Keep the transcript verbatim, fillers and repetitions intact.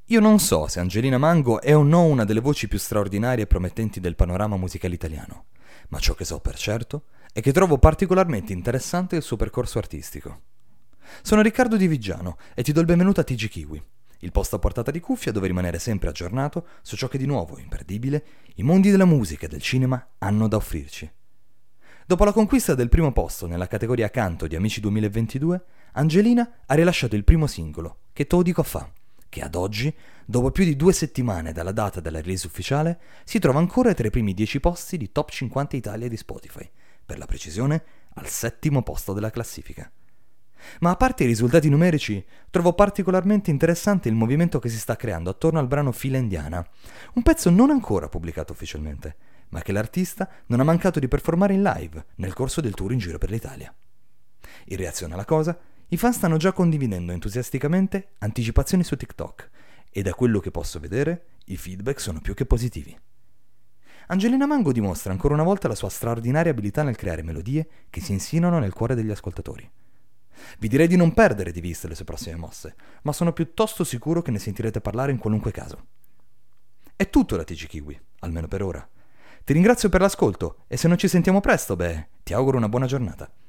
Io non so se Angelina Mango è o no una delle voci più straordinarie e promettenti del panorama musicale italiano, ma ciò che so per certo è che trovo particolarmente interessante il suo percorso artistico. Sono Riccardo Di Vigiano e ti do il benvenuto a T G Kiwi, il posto a portata di cuffia dove rimanere sempre aggiornato su ciò che di nuovo, imperdibile, i mondi della musica e del cinema hanno da offrirci. Dopo la conquista del primo posto nella categoria canto di Amici duemilaventidue, Angelina ha rilasciato il primo singolo, Che te lo dico a fa, che ad oggi, dopo più di due settimane dalla data della release ufficiale, si trova ancora tra i primi dieci posti di Top cinquanta Italia di Spotify, per la precisione al settimo posto della classifica. Ma a parte i risultati numerici, trovo particolarmente interessante il movimento che si sta creando attorno al brano Fila Indiana, un pezzo non ancora pubblicato ufficialmente, ma che l'artista non ha mancato di performare in live nel corso del tour in giro per l'Italia. In reazione alla cosa, i fan stanno già condividendo entusiasticamente anticipazioni su TikTok e da quello che posso vedere i feedback sono più che positivi. Angelina Mango dimostra ancora una volta la sua straordinaria abilità nel creare melodie che si insinuano nel cuore degli ascoltatori. Vi direi di non perdere di vista le sue prossime mosse, ma sono piuttosto sicuro che ne sentirete parlare in qualunque caso. È tutto da T G Kiwi, almeno per ora. Ti ringrazio per l'ascolto e se non ci sentiamo presto, beh, ti auguro una buona giornata.